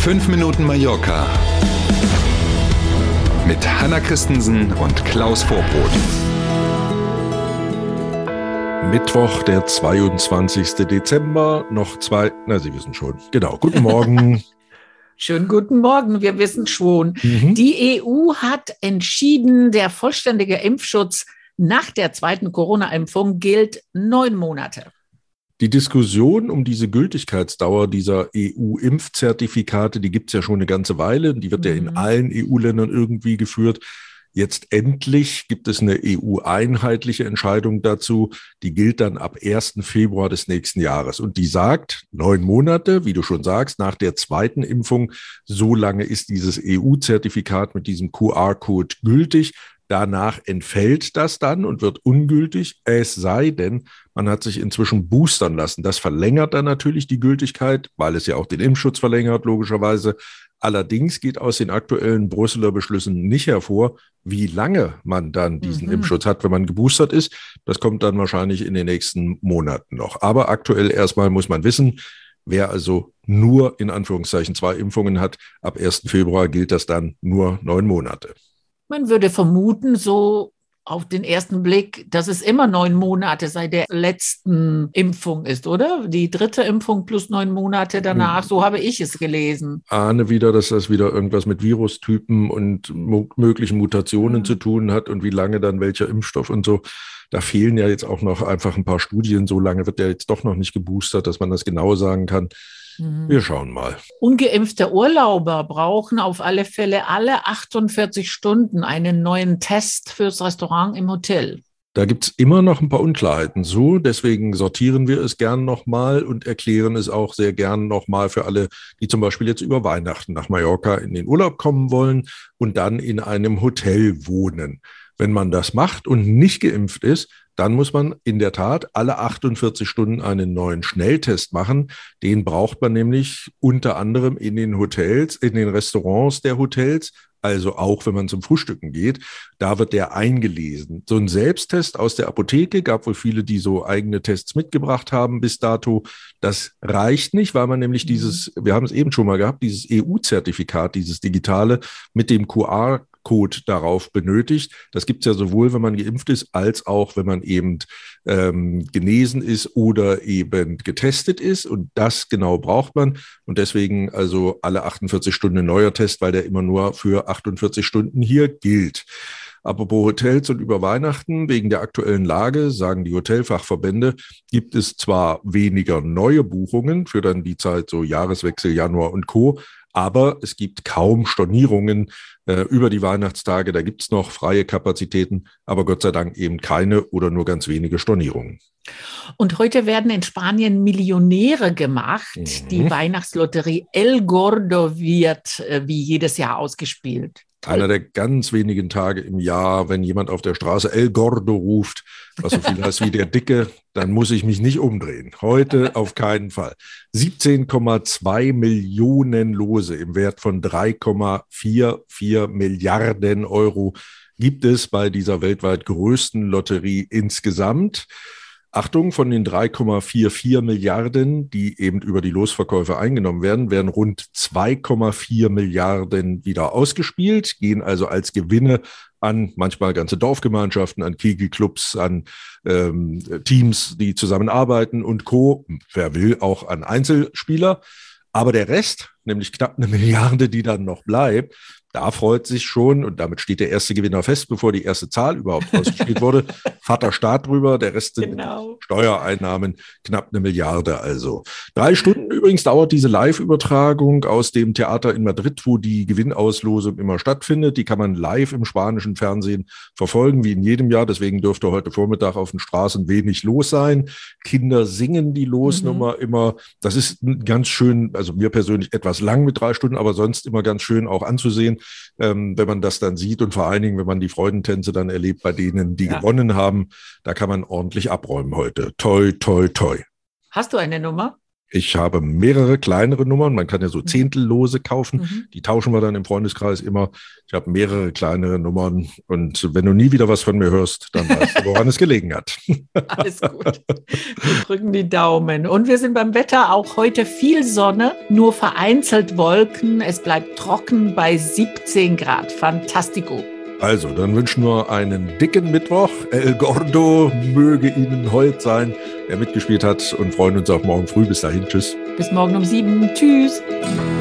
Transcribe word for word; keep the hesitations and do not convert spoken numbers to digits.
fünf Minuten Mallorca mit Hanna Christensen und Klaus Vorbrot. Mittwoch, der zweiundzwanzigster Dezember, noch zwei, na Sie wissen schon, genau, guten Morgen. Schönen guten Morgen, wir wissen schon. Mhm. Die E U hat entschieden, der vollständige Impfschutz nach der zweiten Corona-Impfung gilt neun Monate. Die Diskussion um diese Gültigkeitsdauer dieser E U-Impfzertifikate, die gibt es ja schon eine ganze Weile. Die wird mhm. ja in allen E U-Ländern irgendwie geführt. Jetzt endlich gibt es eine E U-einheitliche Entscheidung dazu. Die gilt dann ab ersten Februar des nächsten Jahres. Und die sagt, neun Monate, wie du schon sagst, nach der zweiten Impfung, so lange ist dieses E U-Zertifikat mit diesem Q R-Code gültig. Danach entfällt das dann und wird ungültig, es sei denn, man hat sich inzwischen boostern lassen. Das verlängert dann natürlich die Gültigkeit, weil es ja auch den Impfschutz verlängert, logischerweise. Allerdings geht aus den aktuellen Brüsseler Beschlüssen nicht hervor, wie lange man dann diesen mhm. Impfschutz hat, wenn man geboostert ist. Das kommt dann wahrscheinlich in den nächsten Monaten noch. Aber aktuell erstmal muss man wissen, wer also nur in Anführungszeichen zwei Impfungen hat, ab ersten Februar gilt das dann nur neun Monate. Man würde vermuten, so auf den ersten Blick, dass es immer neun Monate seit der letzten Impfung ist, oder? Die dritte Impfung plus neun Monate danach, so habe ich es gelesen. Ahne wieder, dass das wieder irgendwas mit Virustypen und mo- möglichen Mutationen mhm. zu tun hat und wie lange dann welcher Impfstoff und so. Da fehlen ja jetzt auch noch einfach ein paar Studien. So lange wird der jetzt doch noch nicht geboostert, dass man das genau sagen kann. Wir schauen mal. Ungeimpfte Urlauber brauchen auf alle Fälle alle achtundvierzig Stunden einen neuen Test fürs Restaurant im Hotel. Da gibt es immer noch ein paar Unklarheiten zu. Deswegen sortieren wir es gern nochmal und erklären es auch sehr gern nochmal für alle, die zum Beispiel jetzt über Weihnachten nach Mallorca in den Urlaub kommen wollen und dann in einem Hotel wohnen. Wenn man das macht und nicht geimpft ist, dann muss man in der Tat alle achtundvierzig Stunden einen neuen Schnelltest machen. Den braucht man nämlich unter anderem in den Hotels, in den Restaurants der Hotels, also auch wenn man zum Frühstücken geht. Da wird der eingelesen. So ein Selbsttest aus der Apotheke, gab wohl viele, die so eigene Tests mitgebracht haben bis dato. Das reicht nicht, weil man nämlich dieses, wir haben es eben schon mal gehabt, dieses E U-Zertifikat, dieses digitale mit dem Q R Code darauf benötigt. Das gibt es ja sowohl, wenn man geimpft ist, als auch, wenn man eben ähm, genesen ist oder eben getestet ist. Und das genau braucht man. Und deswegen also alle achtundvierzig Stunden ein neuer Test, weil der immer nur für achtundvierzig Stunden hier gilt. Apropos Hotels und über Weihnachten, wegen der aktuellen Lage, sagen die Hotelfachverbände, gibt es zwar weniger neue Buchungen für dann die Zeit so Jahreswechsel, Januar und Co., aber es gibt kaum Stornierungen äh, über die Weihnachtstage. Da gibt es noch freie Kapazitäten, aber Gott sei Dank eben keine oder nur ganz wenige Stornierungen. Und heute werden in Spanien Millionäre gemacht. Mhm. Die Weihnachtslotterie El Gordo wird äh, wie jedes Jahr ausgespielt. Einer der ganz wenigen Tage im Jahr, wenn jemand auf der Straße El Gordo ruft, was so viel heißt wie der Dicke, dann muss ich mich nicht umdrehen. Heute auf keinen Fall. siebzehn Komma zwei Millionen Lose im Wert von drei Komma vierundvierzig Milliarden Euro gibt es bei dieser weltweit größten Lotterie insgesamt. Achtung, von den drei Komma vierundvierzig Milliarden, die eben über die Losverkäufe eingenommen werden, werden rund zwei Komma vier Milliarden wieder ausgespielt, gehen also als Gewinne an manchmal ganze Dorfgemeinschaften, an Kegelclubs, an ähm, Teams, die zusammenarbeiten und Co. Wer will, auch an Einzelspieler. Aber der Rest, nämlich knapp eine Milliarde, die dann noch bleibt, da freut sich schon, und damit steht der erste Gewinner fest, bevor die erste Zahl überhaupt ausgespielt wurde, Vater Staat drüber, der Rest sind genau. Steuereinnahmen, knapp eine Milliarde also. Drei Stunden übrigens dauert diese Live-Übertragung aus dem Theater in Madrid, wo die Gewinnauslosung immer stattfindet. Die kann man live im spanischen Fernsehen verfolgen, wie in jedem Jahr. Deswegen dürfte heute Vormittag auf den Straßen wenig los sein. Kinder singen die Losnummer mhm. immer. Das ist ganz schön, also mir persönlich etwas lang mit drei Stunden, aber sonst immer ganz schön auch anzusehen. Ähm, wenn man das dann sieht und vor allen Dingen, wenn man die Freudentänze dann erlebt bei denen, die ja. gewonnen haben, da kann man ordentlich abräumen heute. Toi, toi, toi. Hast du eine Nummer? Ich habe mehrere kleinere Nummern. Man kann ja so Zehntellose kaufen. Mhm. Die tauschen wir dann im Freundeskreis immer. Ich habe mehrere kleinere Nummern. Und wenn du nie wieder was von mir hörst, dann weißt du, woran es gelegen hat. Alles gut. Wir drücken die Daumen. Und wir sind beim Wetter auch heute viel Sonne, nur vereinzelt Wolken. Es bleibt trocken bei siebzehn Grad. Fantastico. Also, dann wünschen wir einen dicken Mittwoch. El Gordo möge Ihnen hold sein, wer mitgespielt hat, und freuen uns auf morgen früh. Bis dahin, tschüss. Bis morgen um sieben. Tschüss.